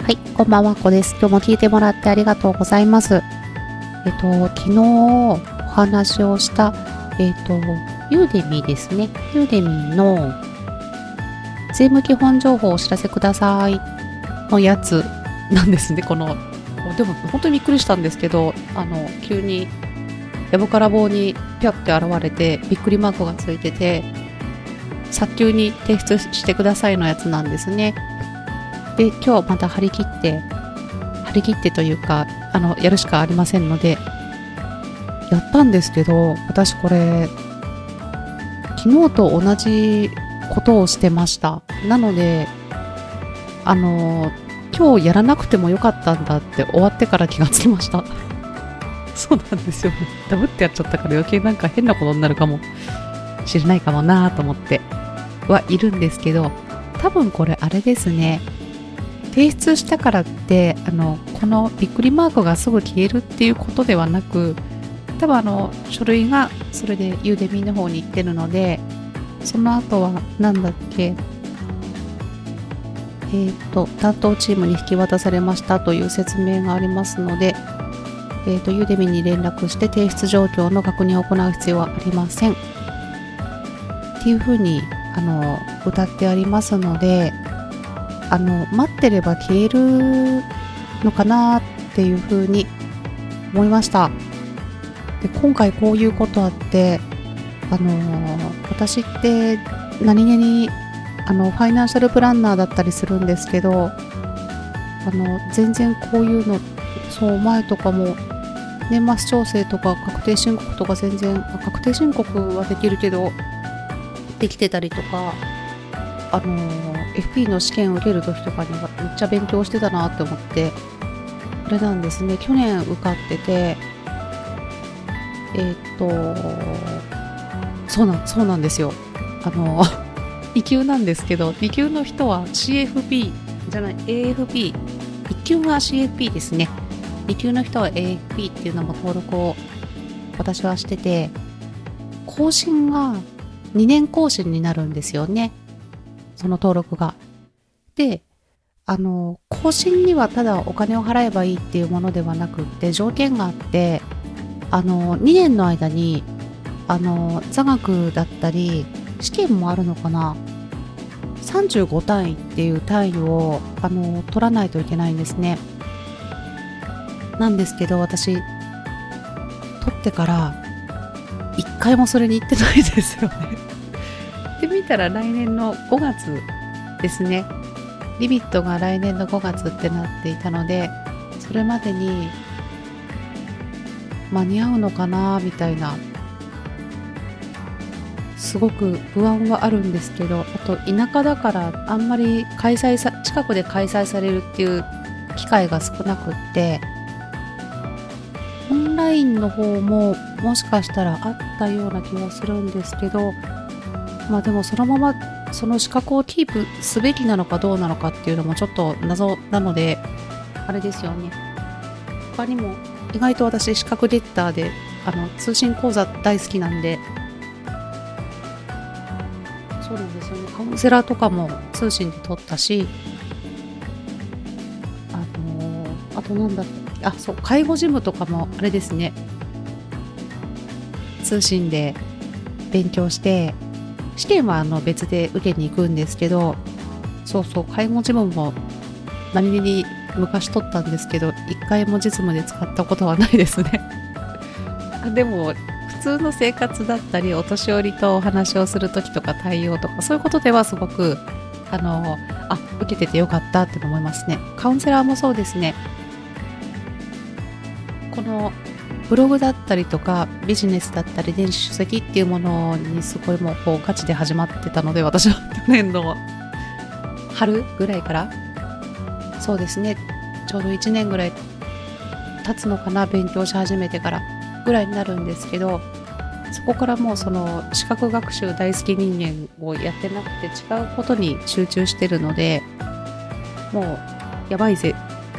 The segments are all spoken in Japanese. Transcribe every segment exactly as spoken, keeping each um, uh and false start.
はい、こんばんは、こです。今日も聞いてもらってありがとうございます。えっと、昨日お話をした、えっと、ユーデミですね。ユーデミの税務基本情報をお知らせくださいのやつなんですね。この、でも本当にびっくりしたんですけど、あの、急にやぶから棒にぴょって現れて、びっくりマークがついてて、早急に提出してくださいのやつなんですね。で、今日また張り切って、張り切ってというか、あの、やるしかありませんので、やったんですけど、私これ、昨日と同じことをしてました。なので、あの、今日やらなくてもよかったんだって終わってから気がつきました。そうなんですよね。ダブってやっちゃったから余計なんか変なことになるかもしれないかもなと思ってはいるんですけど、多分これあれですね。提出したからってあのこのびっくりマークがすぐ消えるっていうことではなく、多分あの書類がそれでユーデミの方に行ってるので、その後はなんだっけえー、と担当チームに引き渡されましたという説明がありますので、えー、とユーデミに連絡して提出状況の確認を行う必要はありませんっていうふうにあの歌ってありますので、あの待ってれば消えるのかなっていうふうに思いました。で、今回こういうことあって、あの私って何気にあのファイナンシャルプランナーだったりするんですけど、あの全然こういうの、そう前とかも年末調整とか確定申告とか全然、確定申告はできるけどできてたりとか、あの エフピー の試験を受ける時とかにはめっちゃ勉強してたなって思って、あれなんですね、去年受かってて、えー、っとそうなんそうなんですよ。あのに級なんですけど、に級の人は シーエフピー じゃない エーエフピー、いっ級が シーエフピー ですね。に級の人は エーエフピー っていうのも登録を私はしてて、更新がにねん更新になるんですよね、その登録が。で、あの更新にはただお金を払えばいいっていうものではなくって、条件があって、あのにねんの間にあの座学だったり試験もあるのかな、さんじゅうご単位っていう単位をあの取らないといけないんですね。なんですけど、私取ってからいっかいもそれに行ってないですよね。で見たら来年のごがつですね。リミットが来年のごがつってなっていたので、それまでに間に合うのかなみたいな、すごく不安はあるんですけど、あと田舎だからあんまり開催さ近くで開催されるっていう機会が少なくって、オンラインの方ももしかしたらあったような気がするんですけど、まあでもそのままその資格をキープすべきなのかどうなのかっていうのもちょっと謎なので、あれですよね。他にも意外と私資格ゲッターで、あの通信講座大好きなんで、そうなんですよね。カウンセラーとかも通信で取ったし、あのー、あとなんだっけ、あ、そう、介護事務とかもあれですね。通信で勉強して、試験はあの別で受けに行くんですけど、そうそう、介護事務も何気に昔取ったんですけど、一回も実務で使ったことはないですね。でも普通の生活だったり、お年寄りとお話をするときとか対応とか、そういうことではすごくあのあ受けててよかったって思いますね。カウンセラーもそうですね。このブログだったりとかビジネスだったり電子書籍っていうものにすごいもうこうガチで始まってたので、私は去年の春ぐらいから、そうですね、ちょうどいちねんぐらい経つのかな、勉強し始めてからぐらいになるんですけど、そこからもうその資格学習大好き人間をやってなくて違うことに集中してるので、もうやばいぜ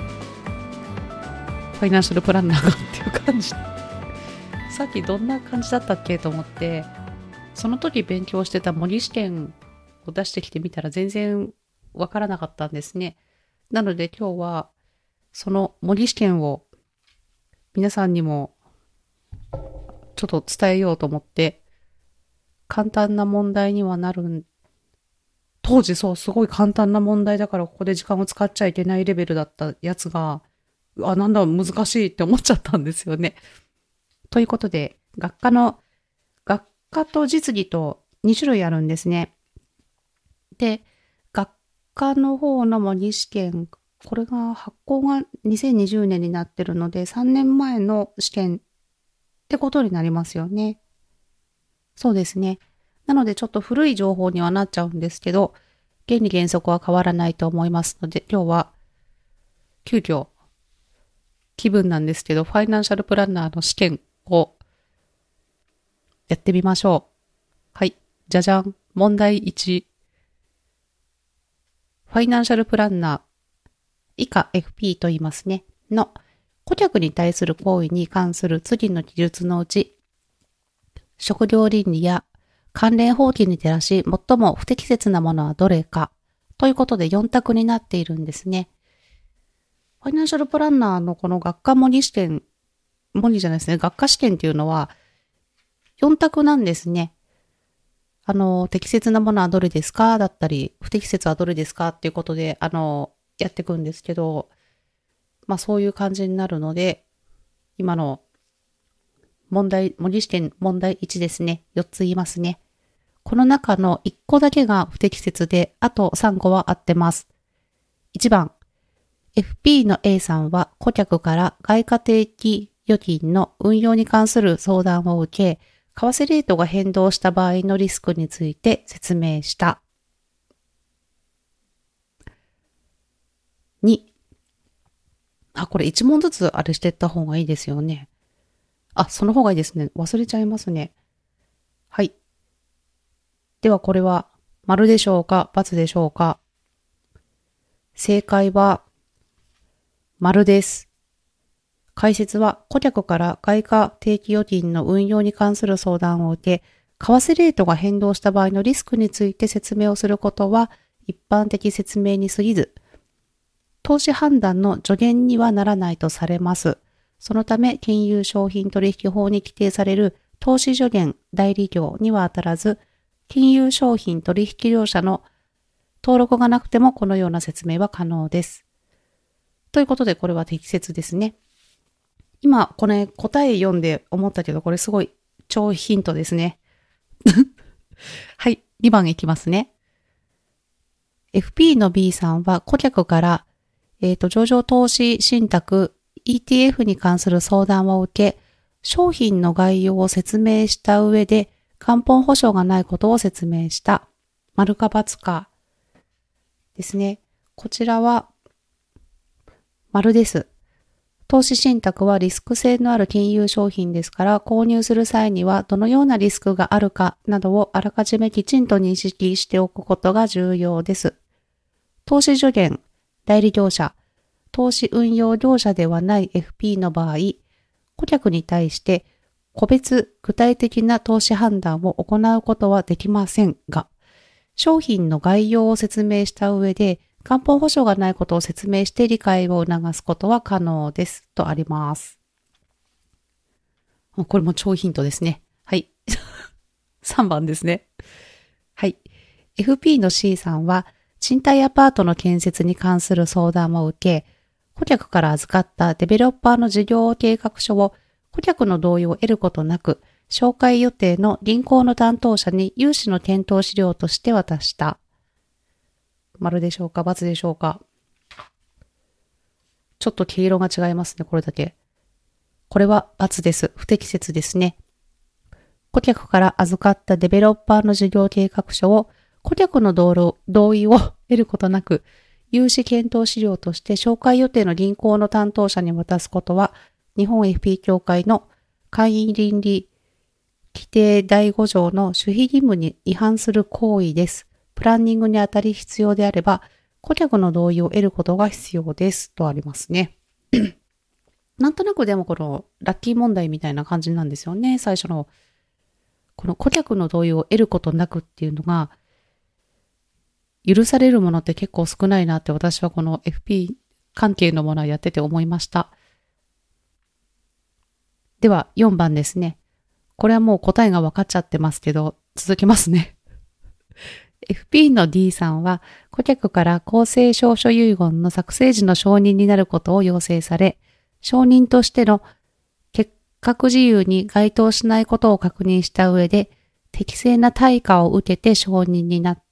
ファイナンシャルプランナーがっていう感じ。さっきどんな感じだったっけと思って、その時勉強してた模擬試験を出してきてみたら全然わからなかったんですね。 なので今日はその模擬試験を皆さんにもちょっと伝えようと思って、簡単な問題にはなるん、当時そうすごい簡単な問題だからここで時間を使っちゃいけないレベルだったやつが、あ、なんだ難しいって思っちゃったんですよね。ということで、学科の、学科と実技とに種類あるんですね。で、学科の方の模擬試験、これが発行がにせんにじゅうねんになってるので、さんねんまえの試験ってことになりますよね。そうですね。なのでちょっと古い情報にはなっちゃうんですけど、原理原則は変わらないと思いますので、今日は急遽気分なんですけど、ファイナンシャルプランナーの試験をやってみましょう。はい。じゃじゃん。問題いち。ファイナンシャルプランナー、以下 エフピー と言いますね。の顧客に対する行為に関する次の記述のうち、職業倫理や関連法規に照らし最も不適切なものはどれかということでよん択になっているんですね。ファイナンシャルプランナーのこの学科模擬試験、模擬じゃないですね、学科試験っていうのはよん択なんですね。あの、適切なものはどれですかだったり、不適切はどれですかっていうことで、あの、やっていくんですけど、まあそういう感じになるので、今の問題、模擬試験問題いちですね。よっつ言いますね。この中のいっこだけが不適切で、あとさんこは合ってます。いちばん、エフピー の A さんは顧客から外貨定期預金の運用に関する相談を受け、為替レートが変動した場合のリスクについて説明した。に、あ、これいち問ずつあれしてった方がいいですよね。あ、その方がいいですね。忘れちゃいますね。はい。ではこれは丸でしょうか×でしょうか。正解は丸です。解説は顧客から外貨定期預金の運用に関する相談を受け、為替レートが変動した場合のリスクについて説明をすることは一般的説明に過ぎず、投資判断の助言にはならないとされます。そのため、金融商品取引法に規定される投資助言代理業には当たらず、金融商品取引業者の登録がなくてもこのような説明は可能です。ということで、これは適切ですね。今、これ答え読んで思ったけど、これすごい超ヒントですね。はい、にばんいきますね。エフピー の B さんは顧客から、えっと、上場投資信託 イーティーエフ に関する相談を受け、商品の概要を説明した上で、元本保証がないことを説明した。丸か×かですね。こちらは丸です。投資信託はリスク性のある金融商品ですから、購入する際にはどのようなリスクがあるかなどをあらかじめきちんと認識しておくことが重要です。投資助言、代理業者、投資運用業者ではない エフピー の場合、顧客に対して個別具体的な投資判断を行うことはできませんが、商品の概要を説明した上で、元本保証がないことを説明して理解を促すことは可能です。とあります。これも超ヒントですね。はい。さんばんですね。はい。エフピー の C さんは、賃貸アパートの建設に関する相談を受け、顧客から預かったデベロッパーの事業計画書を顧客の同意を得ることなく、紹介予定の銀行の担当者に融資の検討資料として渡した。丸でしょうか×でしょうか。ちょっと毛色が違いますね、これだけ。これは×です。不適切ですね。顧客から預かったデベロッパーの事業計画書を顧客の同意を得ることなく、融資検討資料として紹介予定の銀行の担当者に渡すことは、日本 エフピー 協会の会員倫理規定だいご条の守秘義務に違反する行為です。プランニングにあたり必要であれば、顧客の同意を得ることが必要です。とありますね。なんとなくでもこのラッキー問題みたいな感じなんですよね。最初の、この顧客の同意を得ることなくっていうのが、 許されるものって結構少ないなって私はこの エフピー 関係のものをやってて思いました。ではよんばんですね。これはもう答えが分かっちゃってますけど、続きますね。エフピー の D さんは顧客から公正証書遺言の作成時の承認になることを要請され、承認としての結核事由に該当しないことを確認した上で、適正な対価を受けて承認になった。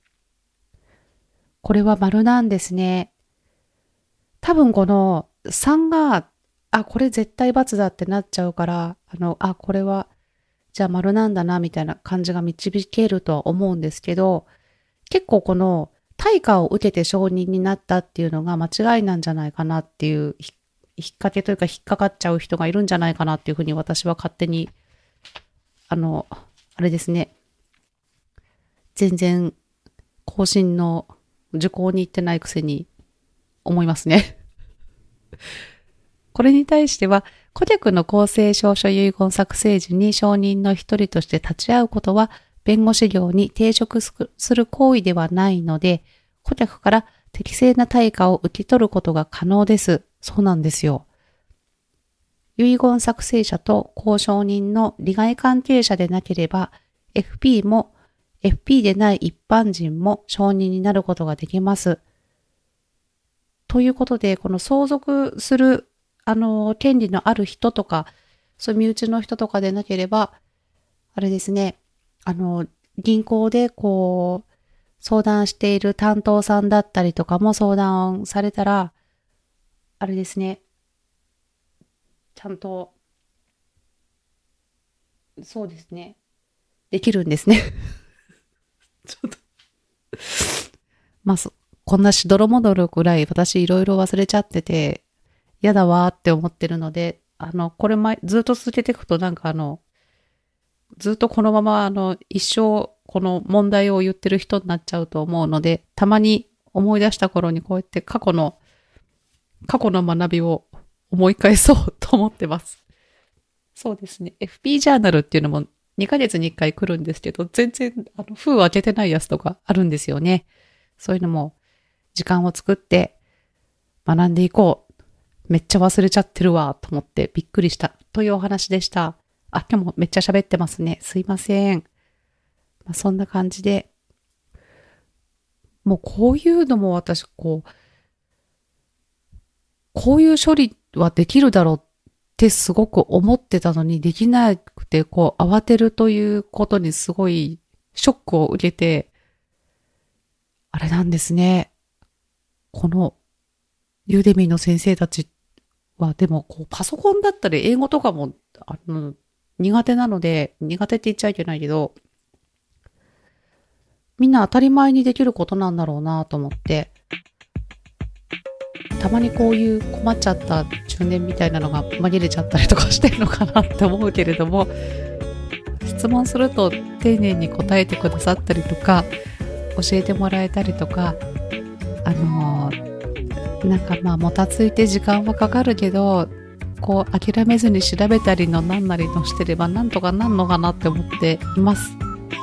これは丸なんですね。多分このさんが、あ、これ絶対×だってなっちゃうから、あの、あ、これは、じゃあ丸なんだな、みたいな感じが導けるとは思うんですけど、結構この対価を受けて承認になったっていうのが間違いなんじゃないかなっていう、引っ掛けというか引っかかっちゃう人がいるんじゃないかなっていうふうに私は勝手に、あの、あれですね。全然更新の受講に行ってないくせに思いますね。これに対しては、顧客の公正証書遺言作成時に証人の一人として立ち会うことは、弁護士業に抵触する行為ではないので、顧客から適正な対価を受け取ることが可能です。そうなんですよ。遺言作成者と公証人の利害関係者でなければ、エフピー も エフピー でない一般人も承認になることができます。ということで、この相続するあの、権利のある人とか、そういう身内の人とかでなければ、あれですね、あの、銀行でこう、相談している担当さんだったりとかも相談されたら、あれですね、ちゃんと、そうですね、できるんですね。ちょっと。まあ、こんなしどろもどろぐらい私いろいろ忘れちゃってて、嫌だわーって思ってるので、あの、これ前、ずっと続けていくとなんかあの、ずっとこのままあの、一生この問題を言ってる人になっちゃうと思うので、たまに思い出した頃にこうやって過去の、過去の学びを思い返そうと思ってます。そうですね。エフピー ジャーナルっていうのもにかげつにいっかい来るんですけど、全然あの封を開けてないやつとかあるんですよね。そういうのも時間を作って学んでいこう。めっちゃ忘れちゃってるわと思ってびっくりしたというお話でした。あ、今日もめっちゃ喋ってますね。すいません。まあ、そんな感じで、もうこういうのも私こう、こういう処理はできるだろうってすごく思ってたのにできなくて、こう慌てるということにすごいショックを受けて、あれなんですね。このユーデミーの先生たちはでもこうパソコンだったり英語とかもあの苦手なので、苦手って言っちゃいけないけど、みんな当たり前にできることなんだろうなと思って、たまにこういう困っちゃった中年みたいなのが紛れちゃったりとかしてるのかなって思うけれども、質問すると丁寧に答えてくださったりとか、教えてもらえたりとか、あのーなんかまあもたついて時間はかかるけど、こう諦めずに調べたりのなんなりのしてればなんとかなんのかなって思っています。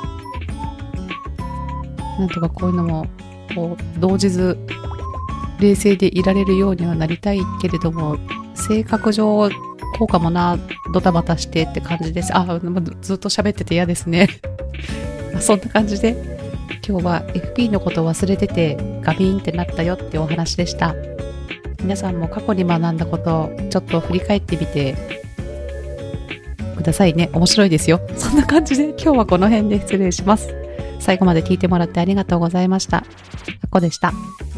なんとかこういうのもこう動じず冷静でいられるようにはなりたいけれども、性格上こうかもな、ドタバタしてって感じです。あ、ずっと喋ってて嫌ですね。そんな感じで今日は エフピー のことを忘れててガビーンってなったよってお話でした。皆さんも過去に学んだことをちょっと振り返ってみてくださいね。面白いですよ。そんな感じで今日はこの辺で失礼します。最後まで聞いてもらってありがとうございました。あっこでした。